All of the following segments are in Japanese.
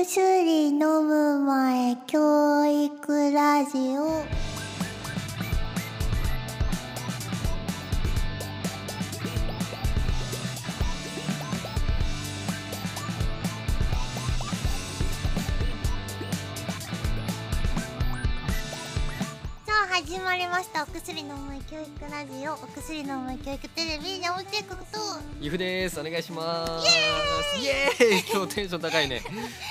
薬飲む前教育ラジオ。始まりました。お薬の前教育ラジオ、お薬の前教育テレビ、山本英国とゆふです。お願いします。イエーイ今日テンション高いね。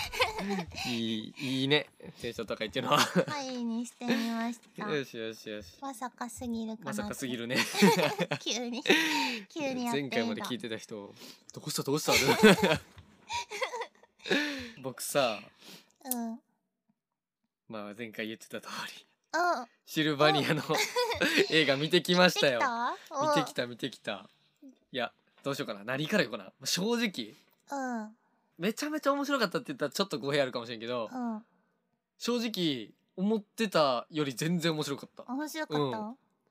いいね。テンション高いっていうのははいにしてみました。 よしよしよし。 まさかすぎるかな。 まさかすぎるね。 急にやって前回まで聞いてた人どうした僕さ、まあ前回言ってた通りシルバニアの映画見てきましたよ。見てきた。いやどうしようかな、何から言うかな。正直めちゃめちゃ面白かったって言ったらちょっと語弊あるかもしれんけど、正直思ってたより全然面白かった。 面白かった、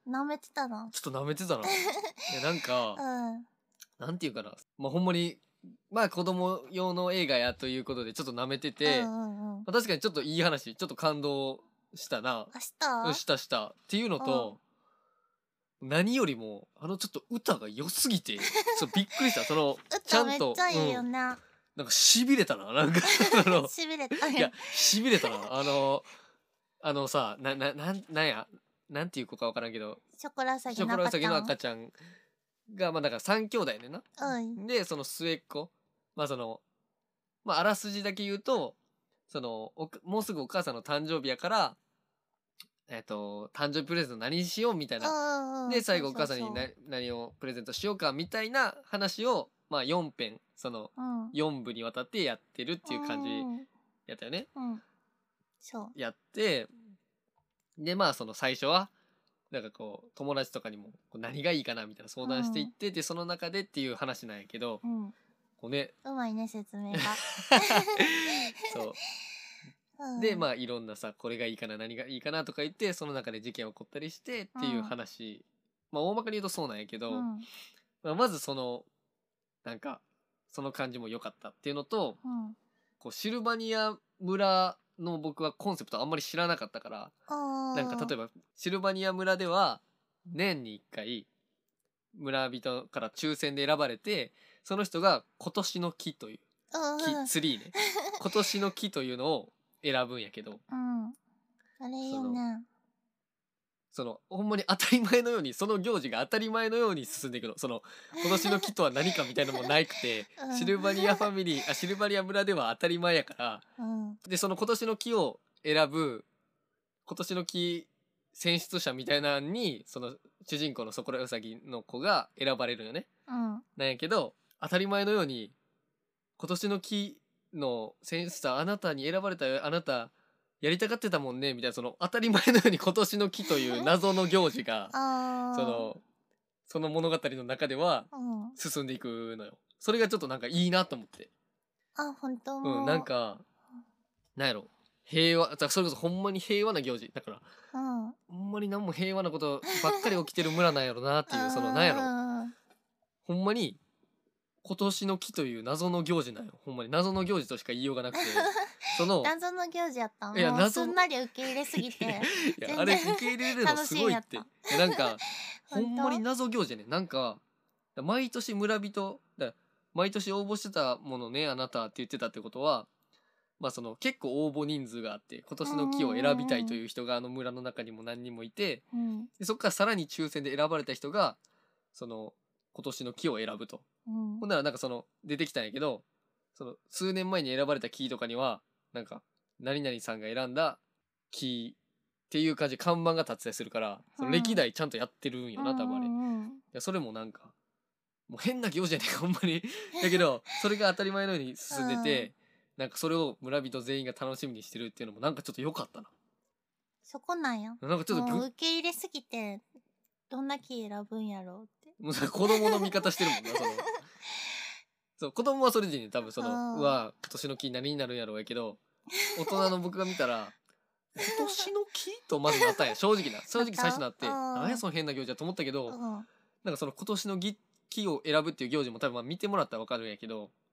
舐めてたな。 ちょっと舐めてたな。いやなんか、なんていうかな、まあほんまにまあ子供用の映画やということでちょっと舐めてて、確かにちょっといい話、ちょっと感動したな。したっていうのと、何よりもちょっと歌が良すぎてちょっとびっくりした。そのちゃんと歌めっちゃいいよな。 なんか痺れたな。なんか痺れた。 いや痺れたな。さ、なんや、なんていう子かわからんけど、 ショコラウサギの赤ちゃんがまあだから3兄弟ねんな。でその末っ子、まあそのまああらすじだけ言うと、そのもうすぐお母さんの誕生日やから、誕生日プレゼント何にしようみたいな。で最後お母さんに何をプレゼントしようかみたいな話をまあ4編その4部にわたってやってるっていう感じやったよね。やってでまあその最初はなんかこう友達とかにも何がいいかなみたいな相談していってでその中でっていう話なんやけど、こうね、 うまいね説明が。 そうでまあいろんなさ、これがいいかな何がいいかなとか言ってその中で事件起こったりしてっていう話、まあ大まかに言うとそうなんやけど、まずそのなんかその感じも良かったっていうのと、こうシルバニア村の僕はコンセプトあんまり知らなかったから、なんか例えばシルバニア村では年に1回村人から抽選で選ばれて、その人が今年の木という木ツリーね今年の木というのを選ぶんやけど、 あれいいね。 そのほんまに当たり前のようにその行事が当たり前のように進んでいくの。その今年の木とは何かみたいなのもなくてシルバニアシルバニア村では当たり前やから、でその今年の木を選ぶ今年の木選出者みたいなのにその主人公のそこらうさぎの子が選ばれるよね。なんやけど当たり前のように今年の木の選出者あなたに選ばれたよ、あなたやりたがってたもんねみたいな、その当たり前のように今年の木という謎の行事がその物語の中では進んでいくのよ。それがちょっとなんかいいなと思って。 本当。 なんかなんやろ、平和、それこそほんまに平和な行事だから、ほんまに何も平和なことばっかり起きてる村なんやろなっていうそのなんやろ、ほんまに今年の木という謎の行事なんよ。ほんまに謎の行事としか言いようがなくてその謎の行事やったん。 いやすんなり受け入れすぎていやあれ受け入れるのすごいって。なんかほんまに謎行事ね。なんか毎年村人だ、毎年応募してたものねあなたって言ってたってことは、まあその結構応募人数があって今年の木を選びたいという人があの村の中にも何人もいて、でそこからさらに抽選で選ばれた人がその今年の木を選ぶと。ほんならなんかその出てきたんやけど、その数年前に選ばれた木とかにはなんか何々さんが選んだ木っていう感じで看板が立ってたりするから、その歴代ちゃんとやってるんよな多分あれ。いやそれもなんかもう変な行事やねほんまにだけどそれが当たり前のように進んでて、なんかそれを村人全員が楽しみにしてるっていうのもなんかちょっと良かったな。そこなんや。 なんかちょっと受け入れすぎてどんな木選ぶんやろうって。 もう子供の味方してるもんなそう子供はそれでね多分その今年の木何になるんやろうやけど、大人の僕が見たら今年の木とまずなったんや正直最初なって何やその変な行事だと思ったけど、なんかその今年の木を選ぶっていう行事も多分まあ見てもらったら分かるんやけど、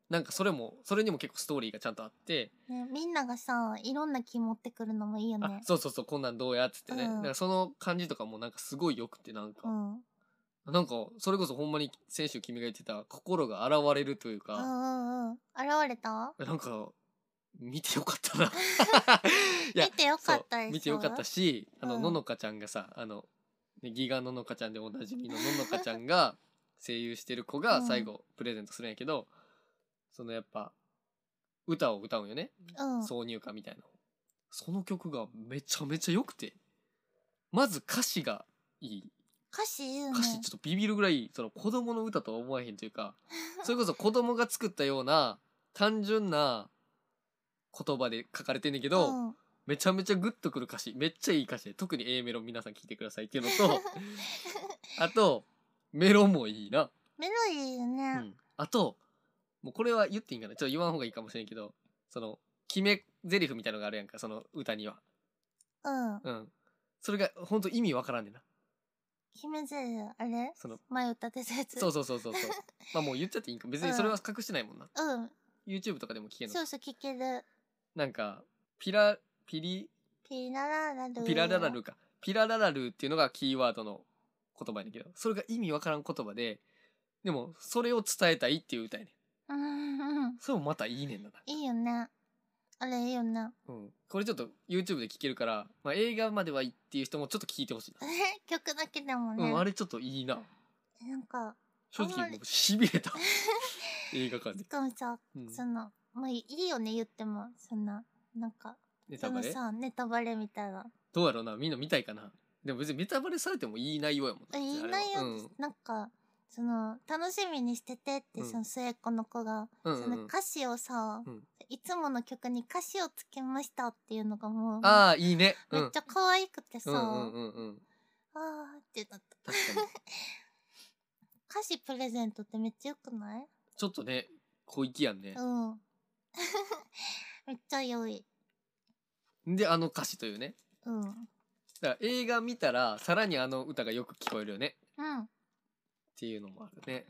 なんかそれにも結構ストーリーがちゃんとあって、 ね、みんながさいろんな気持ってくるのもいいよね。 そうそうそう、こんなんどうやっつってね、 うんなんかその感じとかもなんかすごいよくて、なんか、 うん。 なんかそれこそほんまに先週君が言ってた心が現れるといううんか、 うんうん。現れた？ なんか見てよかったな。い見てよかったでしょ？ そう見てよかったし、 うんののかちゃんがさ、ね、ギガののかちゃんでおなじみのののかちゃんが声優してる子が最後プレゼントするんやけど、そのやっぱ歌を歌うんよね、 うん。 挿入歌みたいな。その曲がめちゃめちゃ良くて、まず歌詞がいい。 歌詞いいよね。 歌詞ちょっとビビるぐらい、その子供の歌とは思わへんというか、それこそ子供が作ったような単純な言葉で書かれてんねんけど、 うん、 めちゃめちゃグッとくる歌詞、めっちゃいい歌詞で、特に A メロ皆さん聞いてくださいっていうのとあとメロもいいな。 メロいいよね。 うん、あともうこれは言っていいんかな、ちょっと言わん方がいいかもしれんけど、その決め台詞みたいのがあるやんか、その歌には。 うん。 うん。それが本当意味わからんねんな。 決め台詞あれ？ その前歌ってたやつ。 そうそうそうそうそう。まあもう言っちゃっていいんか。別にそれは隠してないもんな。 うん。 YouTube とかでも聞けるの。 そうそう聞ける。 なんかピラララルか。ピラララルっていうのがキーワードの言葉やねんけど、それが意味わからん言葉で、でもそれを伝えたいっていう歌やねん。 うんうん。 それもまたいいねんな。 いいよね。あれいいよね。 うん。これちょっと YouTube で聴けるから、まあ、映画まではいいっていう人もちょっと聞いてほしいな。 曲だけでもね。 うん、あれちょっといいな。 なんか正直もうしびれた。映画館でし。かもさ、 うんそのまあいいよね言ってもそんななんかネタバレそのさネタバレみたいな。 どうやろうな、みんな見たいかな。でも別にネタバレされてもいい内容やもんな。 いい内容です、なんかその楽しみにしててって、 うんその末っ子の子が、 うんうんうんその歌詞をさ、 うんいつもの曲に歌詞をつけましたっていうのがもうああ、いいね。 めっちゃ可愛くてさ、 うんうんうんうん。 あーってなった。 確かに。 歌詞プレゼントってめっちゃよくない？ ちょっとね、小粋やんね。 うん。めっちゃ良い。 で、あの歌詞というね。 うん。 だから映画見たら、さらにあの歌がよく聞こえるよね。 うん。 っていうのもあるね。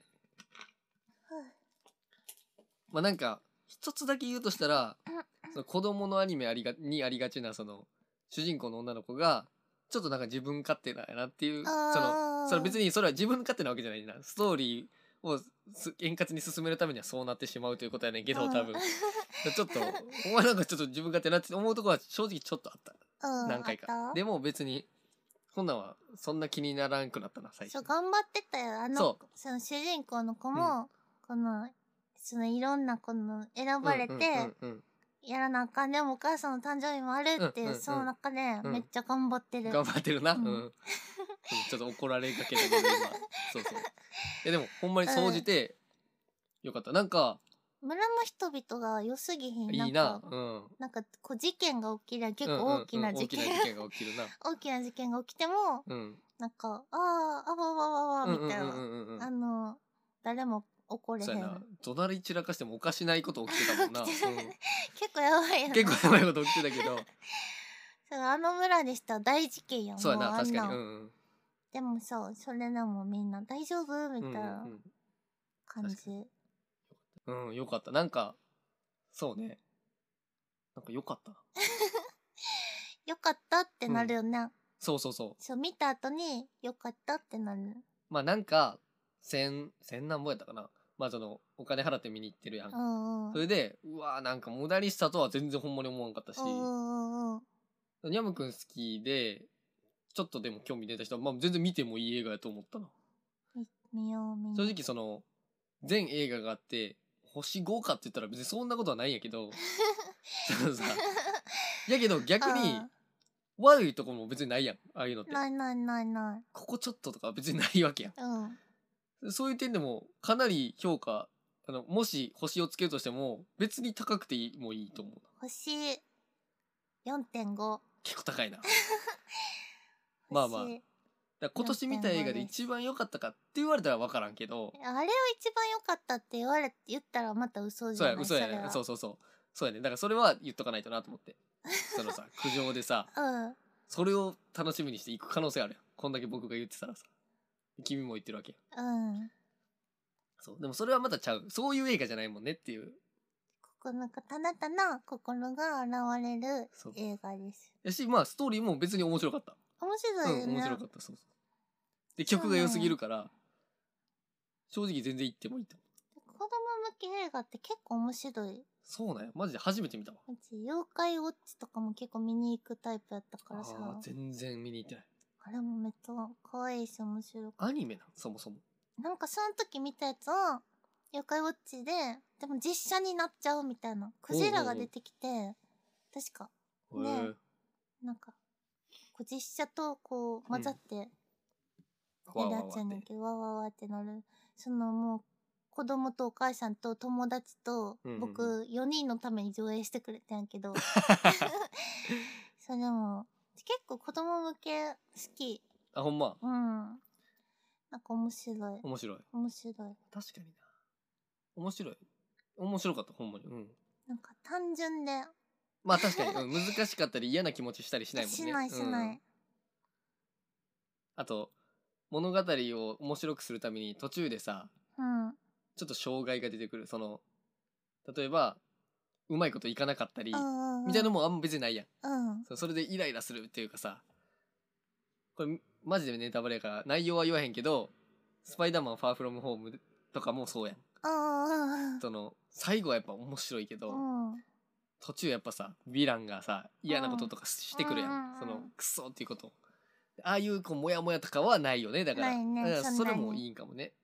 まあなんか、一つだけ言うとしたら、その子供のアニメにありがちな、その、主人公の女の子が、ちょっとなんか自分勝手だなっていう、それ別にそれは自分勝手なわけじゃないな。ストーリーを円滑に進めるためにはそうなってしまうということやねんけど、多分。ちょっと、お前なんかちょっと自分勝手なって思うとこは正直ちょっとあった。何回か。でも別に、こんなんはそんな気にならんくなったな、最初。 そう頑張ってたよ。その主人公の子も、このそのいろんなこの選ばれてやらなあかん、でもお母さんの誕生日もあるっていう、その中でめっちゃ頑張ってる。 頑張ってるな。ちょっと怒られかけたけど今。そうそう。でもほんまに総じてよかった。なんか村の人々が良すぎひん。 いいな。 なんかこう事件が起きる、結構大きな事件が起きるな。 大きな事件が起きても、なんかあわわわみたいな、誰も怒れへん。 そうやな。隣散らかしてもおかしないこと起きてたもんな。 結構やばいよな。 結構やばいこと起きてたけど。 あの村でしたら大事件やん。 そうやな、確かに。 でもさ、それでもみんな大丈夫みたいな感じ。 うん、よかった。なんか、そうね。なんかよかったな。 よかったってなるよね。 そうそうそう。 そう、見た後によかったってなる。 まあなんか、千何本やったかな。まあその、お金払って見に行ってるやん。それで、うわーなんか無駄にしたとは全然ほんまに思わんかったし、ニャムくん好きで、ちょっとでも興味出た人は、まあ全然見てもいい映画やと思ったな。 見よう見よう。 正直その、全映画があって、星5かって言ったら別にそんなことはないんやけど、やけど逆に、悪いところも別にないやん、ああいうのって。 ないないないない。 ここちょっととか別にないわけやん。そういう点でもかなり評価、もし星をつけるとしても別に高くてもいいと思う。 星 4.5。 結構高いな。まあまあ。今年見た映画で一番良かったかって言われたら分からんけど、 あれは一番良かったって言ったらまた嘘じゃない？ 嘘やね。そうやね。だからそれは言っとかないとなと思って。そのさ、苦情でさ、それを楽しみにしていく可能性あるやん。こんだけ僕が言ってたらさ、君も言ってるわけやん。 そうでもそれはまたちゃう、そういう映画じゃないもんねっていう。 なんかただただ心が現れる映画です。 やし、まあストーリーも別に面白かった。 面白いよね。 面白かった。そうそう。で曲が良すぎるから、正直全然行ってもいいと思う。 子供向け映画って結構面白い。 そうなんや、マジで初めて見たわ。 妖怪ウォッチとかも結構見に行くタイプやったからさ。 全然見に行ってない。 あれもめっちゃ可愛いし面白い。 アニメなそもそも。なんかその時見たやつを妖怪ウォッチで、でも実写になっちゃうみたいな。クジラが出てきて、確か。ね。なんか、こう実写とこう混ざって、やるやつやねんけど、わわわってなる。そのもう、子供とお母さんと友達と僕4人のために上映してくれてんけど。それも、結構子供向け好き。 あ、ほんま。 うん。なんか面白い。 面白い。 面白い。 確かにな。面白い。面白かった、ほんまに。うん。 なんか単純で。 まあ確かに、難しかったり嫌な気持ちしたりしないもんね。 しないしない。 あと、物語を面白くするために途中でさ、ちょっと障害が出てくる。その、例えば、うまいこといかなかったり、みたいなのもあんま別にないやん。それでイライラするっていうかさ、これマジでネタバレやから内容は言わへんけど、スパイダーマンファーフロムホームとかもそうやん。その最後はやっぱ面白いけど、途中やっぱさヴィランがさ嫌なこととかしてくるやん。そのクソっていうこと、ああいうこうモヤモヤとかはないよね。だからそれもいいんかもね。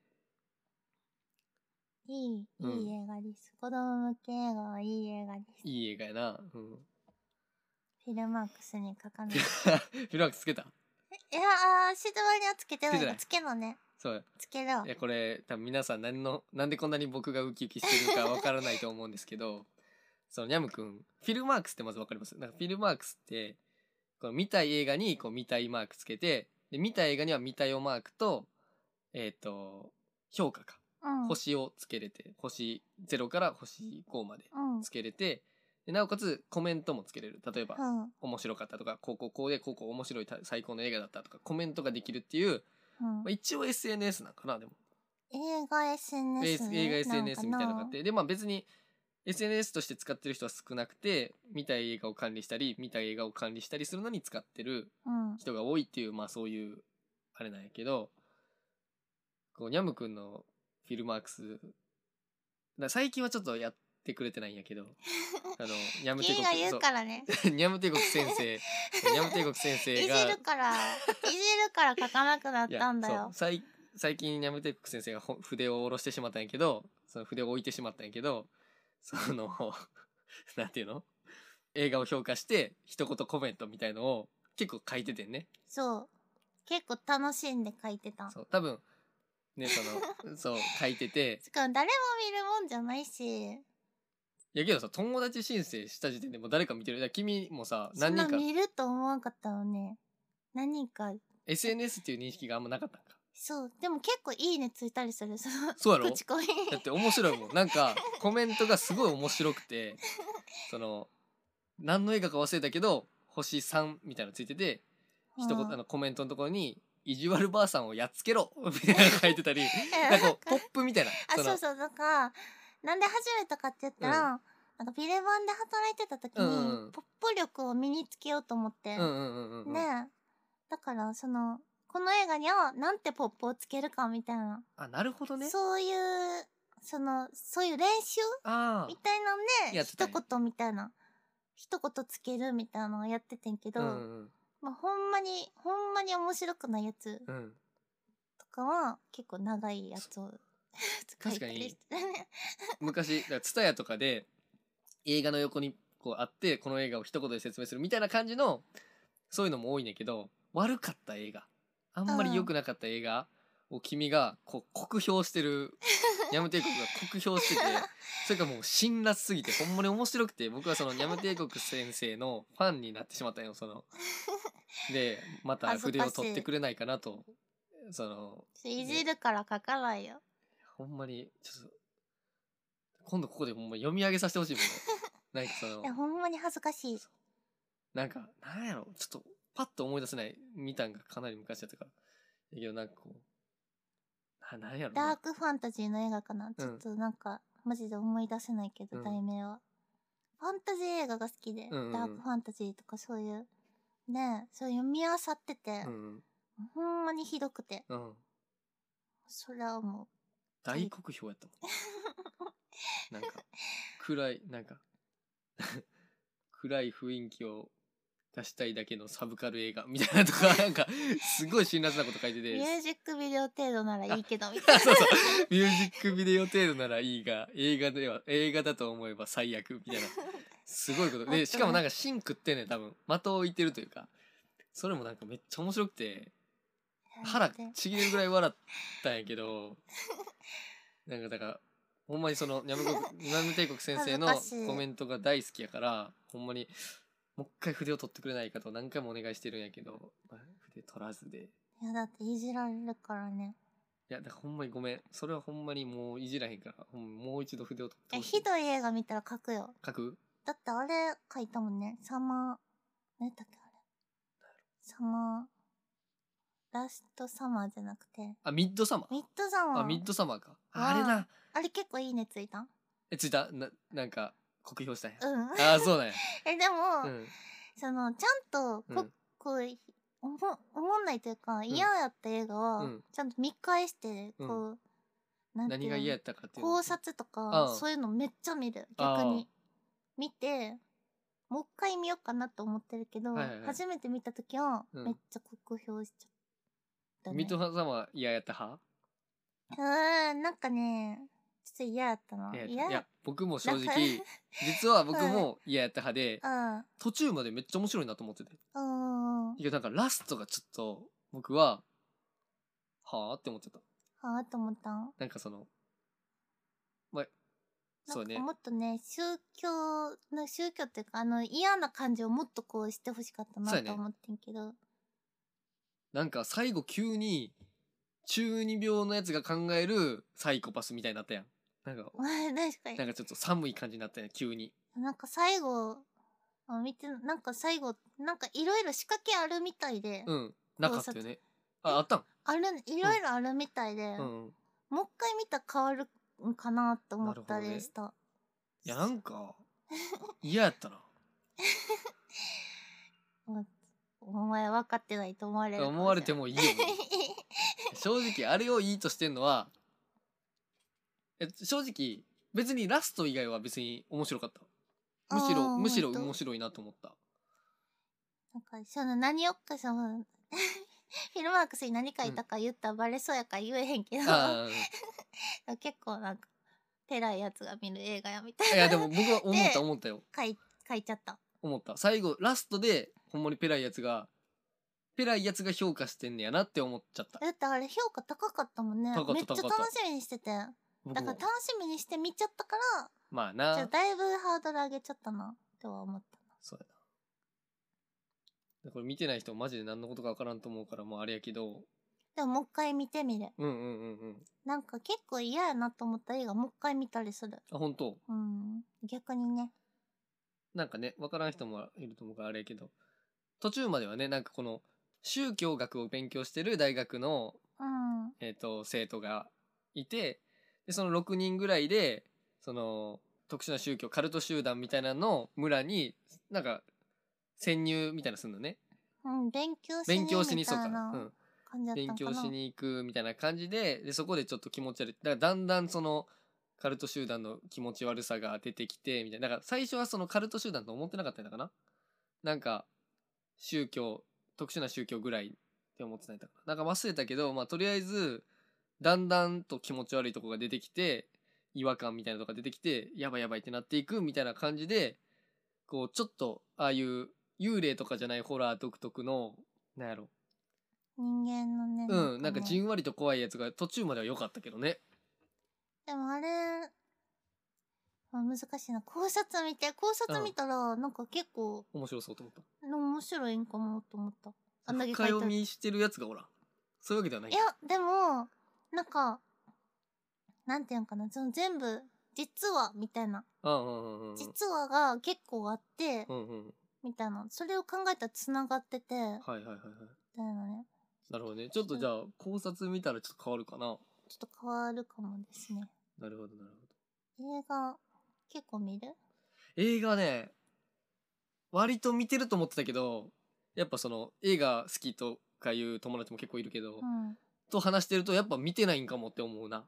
いい映画です。子供向け映画はいい映画です。 いい映画やな。 フィルマークスに書かない。 フィルマークスつけた？ いやシートバリはつけてないからつけろね。 そうつけろ。 いやこれ多分皆さんなんでこんなに僕がウキウキしてるかわからないと思うんですけどそのニャムくんフィルマークスってまずわかります？なんかフィルマークスってこの見たい映画にこう見たいマークつけて、で見たい映画には見たよマークと評価か、星をつけれて、星0から星5までつけれて、でなおかつコメントもつけれる。例えば、面白かったとかこうでこう面白い最高の映画だったとかコメントができるっていう、一応 SNS なんかな。でも映画 SNS 映画 SNS みたいなのがあって、でまあ別に SNS として使ってる人は少なくて、見たい映画を管理したり見たい映画を管理したりするのに使ってる人が多いっていう、まあそういうあれなんやけど、こうニャムくんのフィルマークス最近はちょっとやってくれてないんやけどニャム帝国言うからねニャム帝国先生ニャム帝国先生がいじるから書かなくなったんだよ。 最近ニャム帝国先生が筆を下ろしてしまったんやけど、その筆を置いてしまったんやけど、そのなんていうの、映画を評価して一言コメントみたいのを結構書いててんね。 そう結構楽しんで書いてた。 そう多分ねそう書いててしかも誰も見るもんじゃないし。 いやけどさ、友達申請した時点でもう誰か見てる。君もさ何人かそんな見ると思わんかったのね。何か SNS っていう認識があんまなかったんか。 そうでも結構いいねついたりする。 そうやろ。だって面白いもん。なんかコメントがすごい面白くて何の映画か忘れたけど星3みたいなのついてて、一言コメントのところに意地悪ばあさんをやっつけろみたいなの書いてたりなんかポップみたいな。 そうだからなんで始めたかって言ったら、なんかビレバンで働いてた時にポップ力を身につけようと思って、ね、だからこの映画にはなんてポップをつけるかみたいな。 あ、なるほどね。 そういう練習みたいなんで一言みたいな一言つけるみたいなのをやっててんけど、まあ、ほんまに面白くないやつとかは結構長いやつを確かに昔TSUTAYAとかで映画の横にこうあってこの映画を一言で説明するみたいな感じのそういうのも多いねんけど、悪かった映画、あんまり良くなかった映画を君がこう酷評してるニャム帝国が酷評してて、それがもう辛辣すぎてほんまに面白くて、僕はそのニャム帝国先生のファンになってしまったよ。でまた筆を取ってくれないかなと。 いじるから書かないよ。 ほんまにちょっと今度ここでほんま読み上げさせてほしいもんね。なんかいやほんまに恥ずかしい。 なんかなんやろ、ちょっとパッと思い出せない。見たんがかなり昔だったから。だけどなんかこうなんやろダークファンタジーの映画かな、ちょっとなんかマジで思い出せないけど、題名はファンタジー映画が好きで、ダークファンタジーとかそういうね、そういう見漁ってて、ほんまにひどくて、それはもう大酷評やったもんなんか暗い暗い雰囲気を出したいだけのサブカル映画みたいなとかなんかすごい辛辣なこと書いててミュージックビデオ程度ならいいけどみたいなそうそうミュージックビデオ程度ならいいが映画だと思えば最悪みたいなすごいことで、しかもなんか芯食ってんねん多分的を置いてるというか、それもなんかめっちゃ面白くて腹ちぎれるぐらい笑ったんやけどなんかだからほんまにそのニャム帝国先生のコメントが大好きやからほんまにもう一回筆を取ってくれないかと何回もお願いしてるんやけど、筆取らずで。 いやだっていじられるからね。 いやだからほんまにごめん、それはほんまにもういじらへんから、もう一度筆を取ってほしい。 ひどい映画見たら書くよ。 書く？ だってあれ書いたもんね。何だっけあれ。ラストサマーじゃなくて。 ミッドサマー。 ミッドサマー。 ミッドサマーか。あれな。 あれ結構いいねついた？ ついた？なんか酷評したんや。そうなんや。 でも、そのちゃんとこうおもんないというか嫌やった映画はちゃんと見返してこう何が嫌やったかっていう考察とかそういうのめっちゃ見る。逆に見てもう一回見ようかなと思ってるけど、初めて見た時はめっちゃ酷評しちゃった、 ミッドサマー嫌やった派？ なんかねちょっと嫌やったな。 いや僕も正直実は僕も嫌やった派で、途中までめっちゃ面白いなと思ってて、いやなんかラストがちょっと僕ははあって思ってた。 はあって思ったん？ なんかそのそうね、 もっとね宗教っていうか嫌な感じをもっとこうしてほしかったなと思ってんけど、 なんか最後急に中二病のやつが考えるサイコパスみたいになったやん。なんか確かになんかちょっと寒い感じになったやん急に。 なんか最後見てなんか最後なんかいろいろ仕掛けあるみたいで、 なかったよね。あったん？ いろいろあるみたいで、もう一回見たら変わるんかなと思ったりした。 いやなんか嫌やったなお前分かってないと思われる。 思われてもいいよ正直あれをいいとしてんのは正直別にラスト以外は別に面白かった。むしろ面白いなと思った。 なんかその何をかそのフィルマークスに何書いたか言ったらバレそうやから言えへんけど、結構なんかペラいやつが見る映画やみたいな。 いやでも僕は思ったよ。 書いちゃった。 思った。最後ラストでほんまにペラいやつが評価してんねやなって思っちゃった。 だってあれ評価高かったもんね。めっちゃ楽しみにしてて。だから楽しみにして見ちゃったから、 まあな。 じゃあだいぶハードル上げちゃったなとは思ったな。 そうやな。これ見てない人マジで何のことか分からんと思うからもうあれやけど。 でももう一回見てみる。なんか結構嫌やなと思った映画もう一回見たりする。 あ、本当？ 逆にね。 なんかね分からん人もいると思うからあれやけど、途中まではねなんかこの宗教学を勉強してる大学の、生徒がいて、でその6人ぐらいでその特殊な宗教カルト集団みたいなの村になんか潜入みたいなするのね。 勉強しにそうか、勉強しに行くみたいな感じで、そこでちょっと気持ち悪い。だからだんだんそのカルト集団の気持ち悪さが出てきてみたいな。だから最初はそのカルト集団と思ってなかったんだかな。なんか特殊な宗教ぐらいって思ってないんだから。なんか忘れたけど、まあとりあえずだんだんと気持ち悪いとこが出てきて、違和感みたいなとこが出てきて、やばいってなっていくみたいな感じで、こうちょっとああいう幽霊とかじゃないホラー独特のなんやろ、 人間のね、 なんかじんわりと怖いやつが途中までは良かったけどね。 でもあれ難しいな。考察見たらなんか結構面白そうと思った。 面白いんかもと思った。あんだけ深読みしてるやつがおらん。そういうわけではない。 いやでもなんかなんていうのかな、その全部実話みたいな、実話が結構あって、みたいな、それを考えたらつながってて、みたいなね。 なるほどね。ちょっとじゃあ考察見たらちょっと変わるかな。 ちょっと変わるかもですね。 なるほどなるほ映画結構見る？ 映画ね割と見てると思ってたけど、やっぱその映画好きとかいう友達も結構いるけど、と話してるとやっぱ見てないんかもって思うな。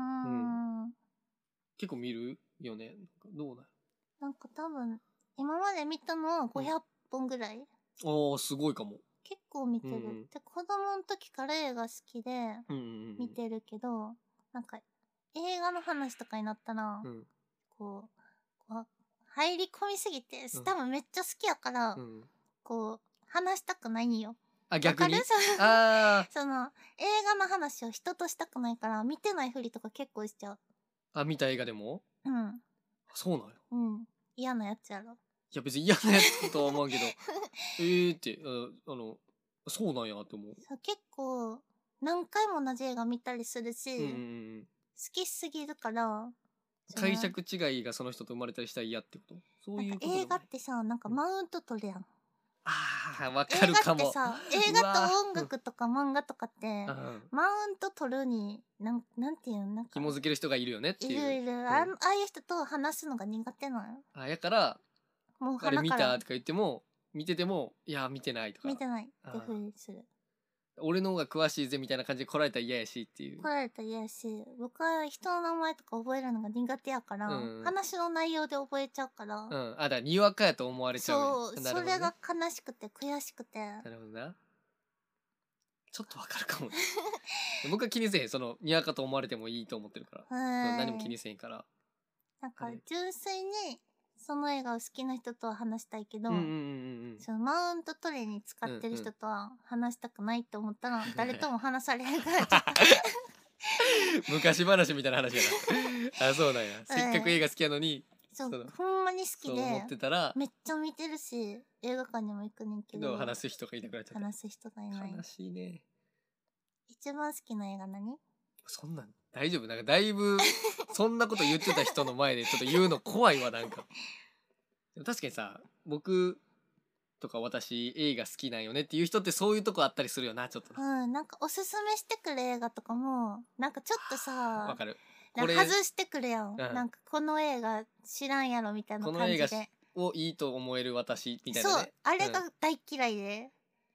結構見るよね。どうなん？ なんか多分今まで見たのは500本ぐらい。 ああすごいかも。 結構見てる。で子供の時から映画好きで見てるけど、なんか映画の話とかになったら、こう入り込みすぎて、多分めっちゃ好きやから、こう話したくないんよ。 あ、逆に？ あその映画の話を人としたくないから見てないふりとか結構しちゃう。 あ、見た映画でも？そうなんや。 嫌なやつやろ。 いや別に嫌なやつとは思うけどってそうなんやって思う。 結構何回も同じ映画見たりするし、好きすぎるから解釈違いがその人と生まれたりしたら嫌ってこと？そういうこと？ 映画ってさ、なんかマウント取るやん。 わかるかも。 映画と音楽とか漫画とかってマウント取るになんていうの、なんか紐付ける人がいるよねっていう。 いるああいう人と話すのが苦手なの。やからもうあれ見たとか言っても見ててもいや見てないとか見てないってふうにする。 俺の方が詳しいぜみたいな感じで来られたら嫌やしっていう。 来られたら嫌やし、僕は人の名前とか覚えるのが苦手やから、話の内容で覚えちゃうから。 だからにわかやと思われちゃう。 そう、それが悲しくて悔しくて。 なるほどな。ちょっとわかるかも。僕は気にせえへん。そのにわかと思われてもいいと思ってるから。何も気にせえへんから。 なんか純粋にその映画を好きな人とは話したいけど、そのマウント取りに使ってる人とは話したくないって思ったら、誰とも話されへんからちょっと昔話みたいな話やな。あ、そうなんや。せっかく映画好きやのに。 そう、ほんまに好きで思ってたらめっちゃ見てるし、映画館にも行くねんけど話す人がいなくなっちゃった。 話す人がいない。 悲しいね。 一番好きな映画何？ そんなん大丈夫？なんかだいぶそんなこと言ってた人の前でちょっと言うの怖いわ。なんか確かにさ、僕とか私映画好きなんよねっていう人ってそういうとこあったりするよな。ちょっとなんかおすすめしてくる映画とかもなんかちょっとさ、 わかる。 外してくるやん。なんかこの映画知らんやろみたいな感じで。この映画をいいと思える私みたいなね。 そう、あれが大嫌いで。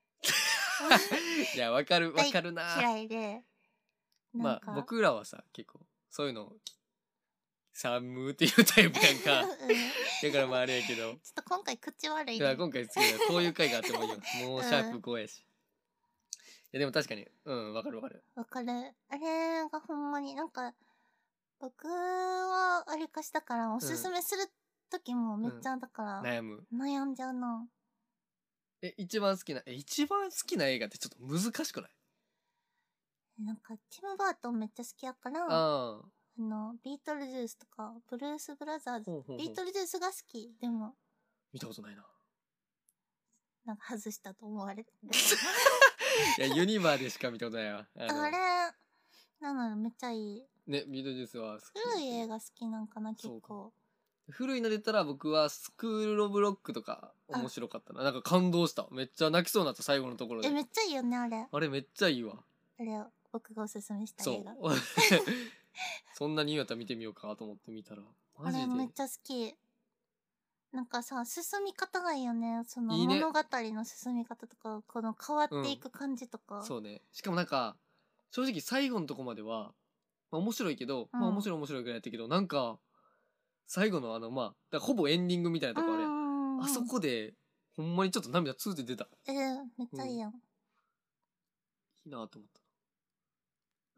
いやわかるな。 嫌いで。 まあ僕らはさ結構そういうの寒っていうタイプやんか。だからまああれやけど。ちょっと今回口悪いね。 いや今回次はこういう回があってもいいよ。もうシャープ5やし。いやでも確かにわかる。 わかる。あれがほんまになんか僕はあれかしだからおすすめする時もめっちゃだから悩んじゃうな。 一番好きな映画ってちょっと難しくない？ なんかティム・バートンめっちゃ好きやからビートルジュースとかブルース・ブラザーズ、ビートルジュースが好き。でも見たことないな。 なんか外したと思われてる。 いやユニバーでしか見たことないわ。 あれなのめっちゃいいね。ビートルジュースは好き。 古い映画好きなんかな結構。 古いので言ったら僕はスクール・オブ・ロックとか面白かったな。なんか感動した。めっちゃ泣きそうになった最後のところで。 めっちゃいいよねあれ。 あれめっちゃいいわ。 あれ僕がおすすめした映画。 そんなに言うやったら見てみようかと思って見たらマジであれめっちゃ好き。なんかさ進み方がいいよね。その物語の進み方とかこの変わっていく感じとか。 そうね。しかもなんか正直最後のとこまでは面白いけど、面白いぐらいやったけど、なんか最後のだからほぼエンディングみたいなとこあれ、あそこでほんまにちょっと涙ツーって出た。 めっちゃいいやん。いいなと思った。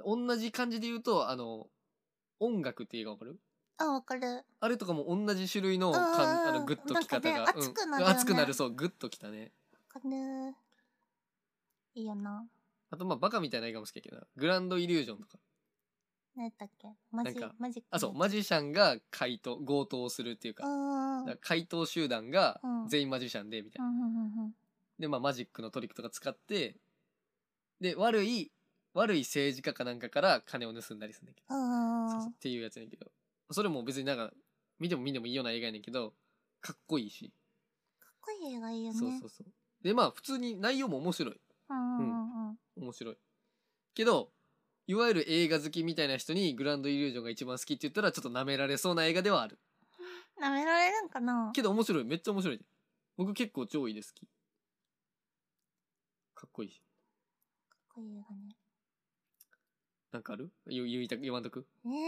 同じ感じで言うと音楽って映画わかる？ わかる。 あれとかも同じ種類のグッとき方が熱くなるよね。 熱くなる。そうグッときたね。 わかる。いいよな。 あとバカみたいな映画も好きやけどな。グランドイリュージョンとか。 何やったっけ？マジック。 そうマジシャンが強盗をするっていうか、怪盗集団が全員マジシャンでみたいな。でマジックのトリックとか使ってで悪い政治家かなんかから金を盗んだりするんだけど、そうっていうやつやねんけど、それも別になんか見てもいいような映画やねんけど、かっこいいし。 かっこいい映画いいよね。 そうで普通に内容も面白い。面白いけどいわゆる映画好きみたいな人にグランドイリュージョンが一番好きって言ったらちょっと舐められそうな映画ではある。 舐められるんかな。 けど面白い、めっちゃ面白いで。僕結構超いいで好き。かっこいいし。 かっこいい映画ね。 なんかある？言わんとく？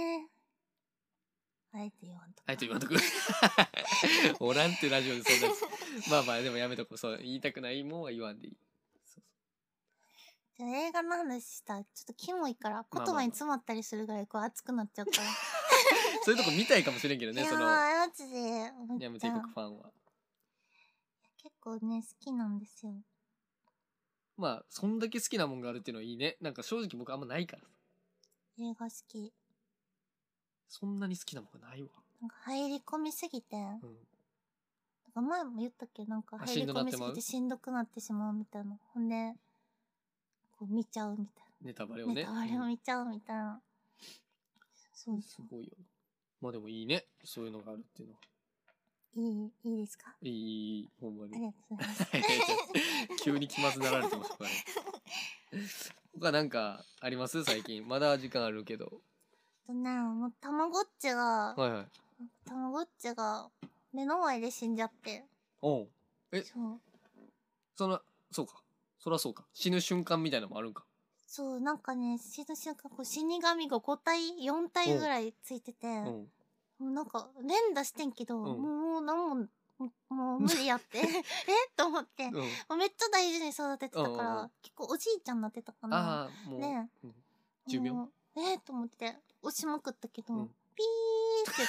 あえて言わんとく。 あえて言わんとく。おらんってラジオでそんなやつ。まあまあでもやめとこう。そう言いたくないもんは言わんでいい。そうじゃあ映画の話したらちょっとキモいから言葉に詰まったりするぐらいこう熱くなっちゃうから。 そういうとこ見たいかもしれんけどね。 いやーマジでやめていくファンは。 結構ね好きなんですよ。 まあそんだけ好きなもんがあるっていうのはいいね。なんか正直僕あんまないからさ。 映画好き。 そんなに好きなもんがないわ。 なんか入り込みすぎて、なんか前も言ったっけ、なんか入り込みすぎてしんどくなってしまうみたいな。ほんでこう見ちゃうみたいな。 ネタバレをね。 ネタバレを見ちゃうみたいな。そうすごいよ。まあでもいいね。そういうのがあるっていうのは。 いいですか？ いい、ほんまに。 ありがとうございます。 急に気まずなられてますからね。他なんかあります最近？まだ時間あるけど。 もうたまごっちが、 はいはい。 たまごっちが目の前で死んじゃって。 おう。 そう。 そうか。そらそうか。死ぬ瞬間みたいなのもあるんか。 そう、なんかね、死ぬ瞬間、こう死神が5体、4体ぐらいついてて、もうなんか連打してんけど、もうなんもう無理やって。と思って、めっちゃ大事に育ててたから、結構おじいちゃんになってたかな。ね寿命と思って、押しまくったけど、ピーって言って、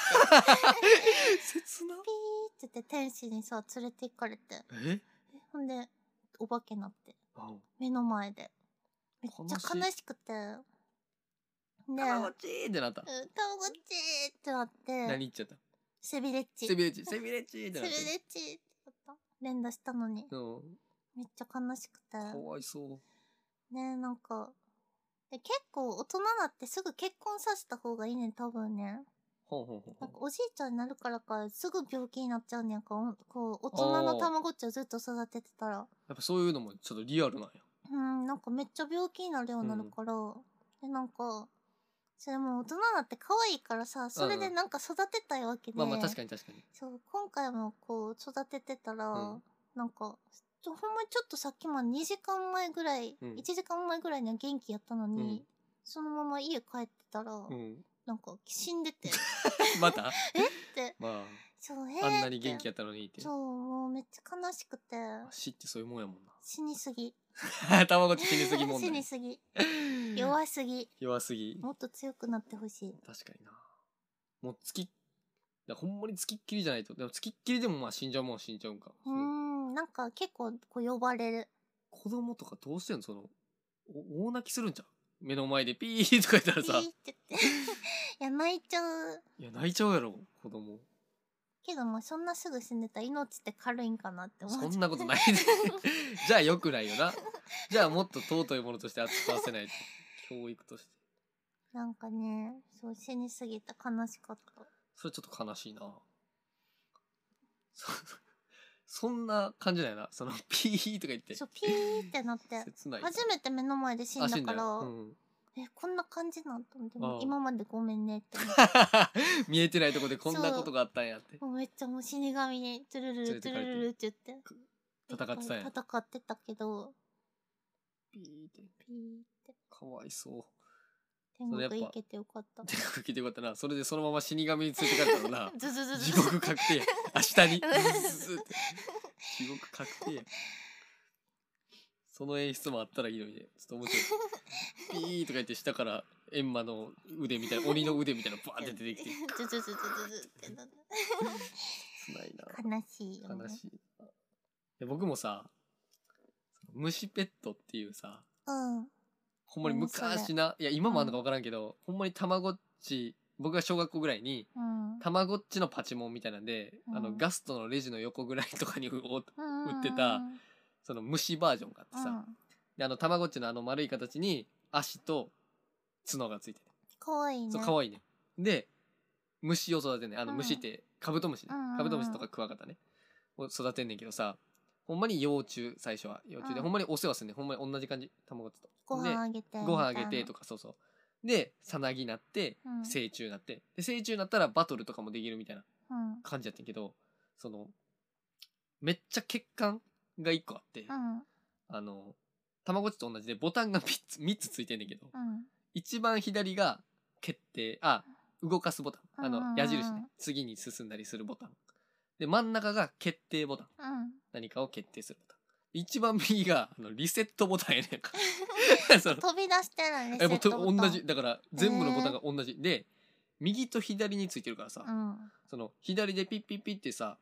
切な。 ピーって言って天使にさ、連れて行かれて。ほんで、お化けになって。目の前で。めっちゃ悲しくて。 たまごっちーってなった。 たまごっちーってなって。 何言っちゃった？ セビレッチ。 セビレッチってなって。 セビレッチってなった。連打したのに。めっちゃ悲しくて。かわいそう。 ね、なんか。で結構大人だってすぐ結婚させた方がいいねん、多分ね。なんかおじいちゃんになるからかすぐ病気になっちゃうねんか。こう大人のたまごっちをずっと育ててたら。 やっぱそういうのもちょっとリアルなんや。 なんかめっちゃ病気になるようになるから。で、なんか、それも大人だって可愛いからさ、それでなんか育てたいわけで。 まあまあ確かに確かに。 そう、今回もこう育ててたら、なんか、ほんまにちょっとさっきまで2時間前ぐらい、1時間前ぐらいには元気やったのに、そのまま家帰ってたら、なんか死んでて。 また？ って。 まあ、 そう、 あんなに元気やったのにって。 そう、もうめっちゃ悲しくて。 死ってそういうもんやもんな。 死にすぎ。 たまごっち死にすぎもんな。 死にすぎ。弱すぎ。 弱すぎ。 もっと強くなってほしい。 確かにな。もうほんまにつきっきりじゃないと。でもつきっきりでもまあ死んじゃうもん死んじゃうんか。 なんか結構こう呼ばれる。 子供とかどうしてんの？大泣きするんじゃん。目の前でピーとか言ったらさ。ピーって言って。 いや、泣いちゃう。 いや、泣いちゃうやろ、子供。 けどもそんなすぐ死んでたら命って軽いんかなって思う。 そんなことないじゃあ良くないよな。じゃあもっと尊いものとして扱わせないと。教育として。 なんかね、そう死にすぎた悲しかった。 それちょっと悲しいな。そんな感じだよな。そのピーとか言って。 そう、ピーってなって。初めて目の前で死んだから、こんな感じなんと思って、今までごめんねって思って。 見えてないとこでこんなことがあったんやって。 もうめっちゃもう死神にトゥルルルトゥルルルって言って。 戦ってたんや。 戦ってたけど。 ピーって。 ピーって。 かわいそう。 天国行けてよかった。 天国行けてよかったな。それでそのまま死神に連れてかれたのな。 ズズズズ。 地獄確定や。明日に。地獄確定や。その演出もあったらいいのにね。ちょっと面白い。ピーとか言って下から閻魔の腕みたいな、鬼の腕みたいなのバーって出てきて。 ズズズズズってなる。 つないな。 悲しいよね。 悲しい。僕もさ、虫ペットっていうさ、ほんまに昔な、いや今もあんのか分からんけど、ほんまにたまごっち、僕が小学校ぐらいに、たまごっちのパチモンみたいなんで、ガストのレジの横ぐらいとかに売ってた、その虫バージョンがあってさ、でたまごっちの丸い形に足と角がついてる。 かわいいね。 そう、かわいいね。で、虫を育てんねん。虫ってカブトムシね。カブトムシとかクワガタね。を育てんねんけどさ、ほんまに幼虫、最初は幼虫で、ほんまにお世話すんねん。ほんまに同じ感じ、たまごっちと。 ご飯あげて。 ご飯あげてとか、そうそう。 でさなぎなって、成虫なって、で成虫なったらバトルとかもできるみたいな感じやったんけど、そのめっちゃ欠陥が1個あって、たまごっちと同じでボタンが3つついてんねんけど、一番左が決定、動かすボタン、矢印ね、次に進んだりするボタンで、真ん中が決定ボタン、何かを決定するボタン、一番右がリセットボタンやねんか飛び出してるリセットボタン同じだから、全部のボタンが同じで、右と左についてるからさ、その左でピッピッピッってさ、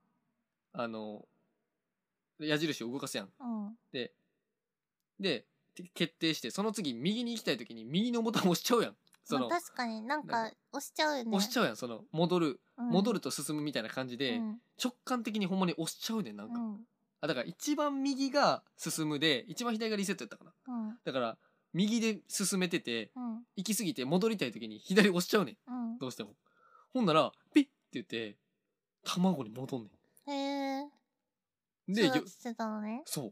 矢印を動かすやん、で決定して、その次右に行きたい時に右のボタンを押しちゃうやん。 確かになんか押しちゃうよね。 押しちゃうやん。その戻ると進むみたいな感じで、直感的にほんまに押しちゃうねん、なんか。だから一番右が進むで、一番左がリセットやったかな。だから右で進めてて、行き過ぎて戻りたい時に左押しちゃうねん、どうしても。ほんならピッって言って卵に戻んねん。 へえ。 で、 育ててたのね。 そう。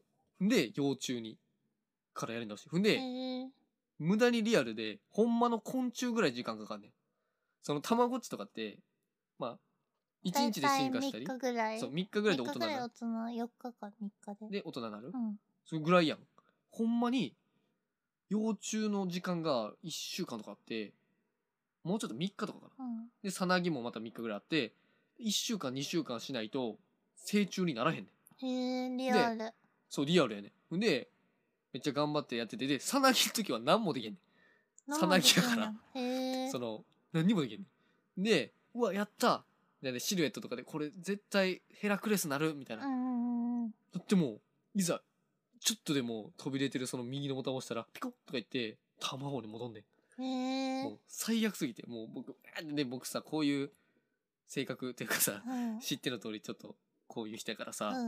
で幼虫にからやり直して、ふんで無駄にリアルで、ほんまの昆虫ぐらい時間かかんねん。そのたまごっちとかってまあ1日で進化したり、 3日ぐらい。 そう3日ぐらいで大人になる。 4日か3日で大人になる、それぐらいやん。ほんまに幼虫の時間が1週間とかあって、もうちょっと3日とかかな、でさなぎもまた3日ぐらいあって、1週間2週間しないと成虫にならへんねん。 へえ、リアル。 そうリアルやねん。でめっちゃ頑張ってやってて、でさなぎの時は何もできへんねん。さなぎやからその何にもできへんねん。でうわやったで、シルエットとかでこれ絶対ヘラクレスなるみたいな、だってもういざちょっとでも飛び出てるその右のボタンを押したらピコッとか言って卵に戻んねん。もう最悪すぎて、もう僕さ、こういう性格っていうかさ、知っての通りちょっとこういう人やからさ、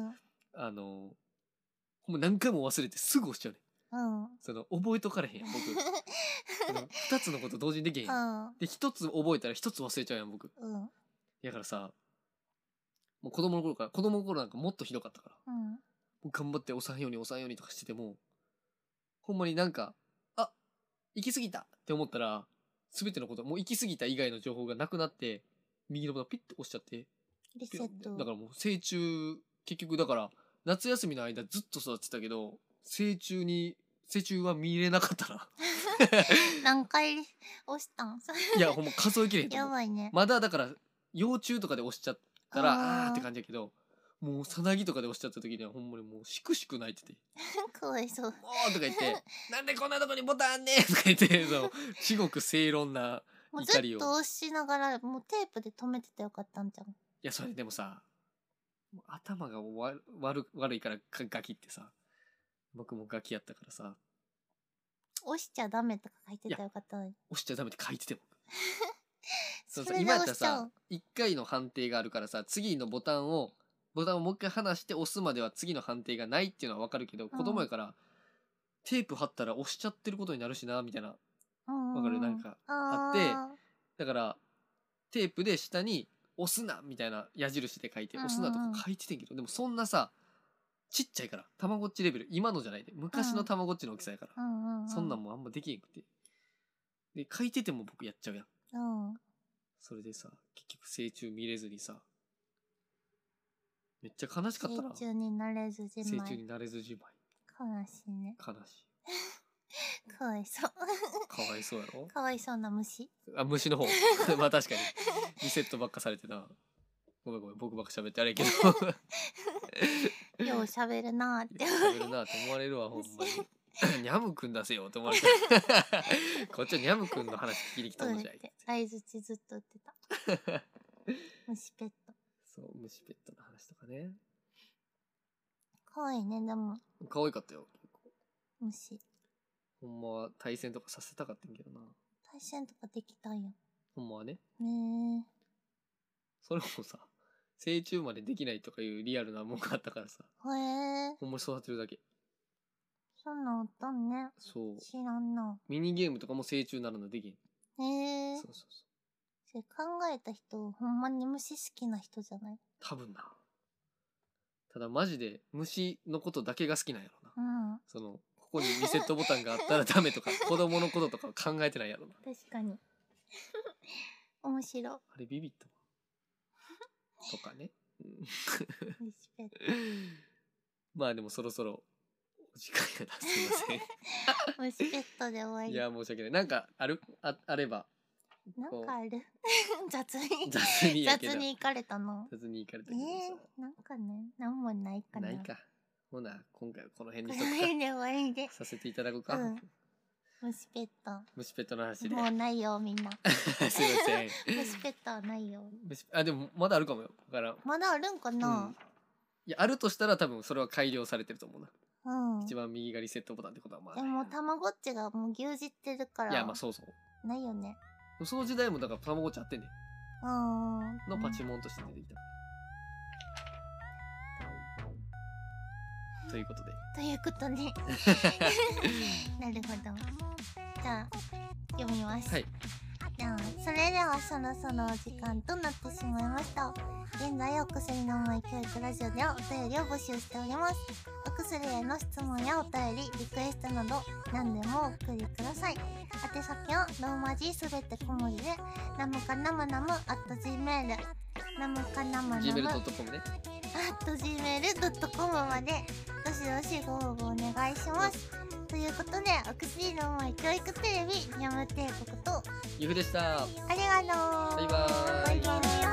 もう何回も忘れてすぐ押しちゃうねん。その覚えとかれへんやん僕その2つのこと同時にできへんやん。で1つ覚えたら1つ忘れちゃうやん僕。だからさ、もう子供の頃なんかもっとひどかったから、もう頑張って押さんようにとかしてても、ほんまになんか行き過ぎたって思ったら、全てのこともう行き過ぎた以外の情報がなくなって、右のボタンピッて押しちゃってリセット。 だからもう成虫、結局だから夏休みの間ずっと育ってたけど、成虫は見れなかったな何回押したんいやほんま数えきれへんと思う。 やばいね。 まだだから幼虫とかで押しちゃったらって感じやけど、もうさなぎとかで押しちゃった時にはほんまにもうしくしく泣いててかわいそう。 もうとか言ってなんでこんなとこにボタンあんねんとか言って至極正論な怒りを。 ずっと押しながらもうテープで止めててよかったんじゃん。 いやそれでもさ、頭が悪いからガキってさ、僕もガキやったからさ、 押しちゃダメとか書いてたらよかったのに。 押しちゃダメって書いててもそうそう、今やったらさ1回の判定があるからさ、次のボタンをもう一回離して押すまでは次の判定がないっていうのは分かるけど、子供やからテープ貼ったら押しちゃってることになるしなみたいな、分かる、なんかあって、だからテープで下に押すなみたいな矢印で書いて押すなとか書いててんけど、でもそんなさちっちゃいから、たまごっちレベル、今のじゃないで昔のたまごっちの大きさやから、そんなんもあんまできへんくて、で書いてても僕やっちゃうやん。それでさ結局成虫見れずにさ、めっちゃ悲しかったな。 成虫になれずじまい。 成虫になれずじまい。 悲しいね。 悲しい。 かわいそう。 かわいそうやろ。 かわいそうな虫。 虫の方まあ確かにリセットばっかされてな。ごめん僕ばっか喋ってあれやけどよう喋るなーって喋るなって思われるわほんまにニャムくん出せよって思われたこっちはニャムくんの話聞きに来たのじゃい。 相づちずっと言ってた虫ペット。 そう虫ペットの話とかね。 かわいいね。でも可愛かったよ結構虫。 ほんまは対戦とかさせたかったんけどな。 対戦とかできたんや。 ほんまはね。 ねえ。 それもさ成虫までできないとかいうリアルなもんがあったからさ、 へえ。 ほんまに育てるだけ。 そんなんあったんね。 そう。 知らんな。 ミニゲームとかも成虫ならのできん。 へえ。 そうそうそう。 それ考えた人ほんまに虫好きな人じゃない？ 多分な。ただマジで虫のことだけが好きなんやろな。そのここにリセットボタンがあったらダメとか子供のこととか考えてないやろな。 確かに面白あれビビったわとかね、 リスペクトまあでもそろそろお時間がだ、すいませんリスペクトで終わり。 いや申し訳ない。なんかあればなんかある雑にやけど雑に行かれたの。 雑に行かれたけどさ、 なんかね、なんもないかな。 ないか。ほな今回はこの辺こにしとくか。 の辺で終わりで。 させていただこうか。 虫ペット。 虫ペットの話で。 もうないよみんな。 すいません。 虫ペットはないよ。 あでもまだあるかもよ。だからまだあるんかな。 いやあるとしたら多分それは改良されてると思うな。 うん。 一番右がリセットボタンってことはまあ。 でもたまごっちがもう牛耳ってるから。 いやまあそうそう。 ないよね。 その時代もだからたまごっちあってんねん。のパチモンとして出てきた。ということで。 ということで。なるほど。じゃあ読みます。 はい。 じゃあそれではそろそろお時間となってしまいました。現在お薬のうまい教育ラジオではお便りを募集しております。お薬への質問やお便り、リクエストなど何でもお送りください。宛先はローマ字すべて小文字でナムカナムナム@gmail ナムカナムナム gmail.com ね @gmail.com までどしどしご応募お願いします。ということでお薬のうまい教育テレビニャム帝国とゆふでした。 ありがとう。 バイバーイ。 バイバイ。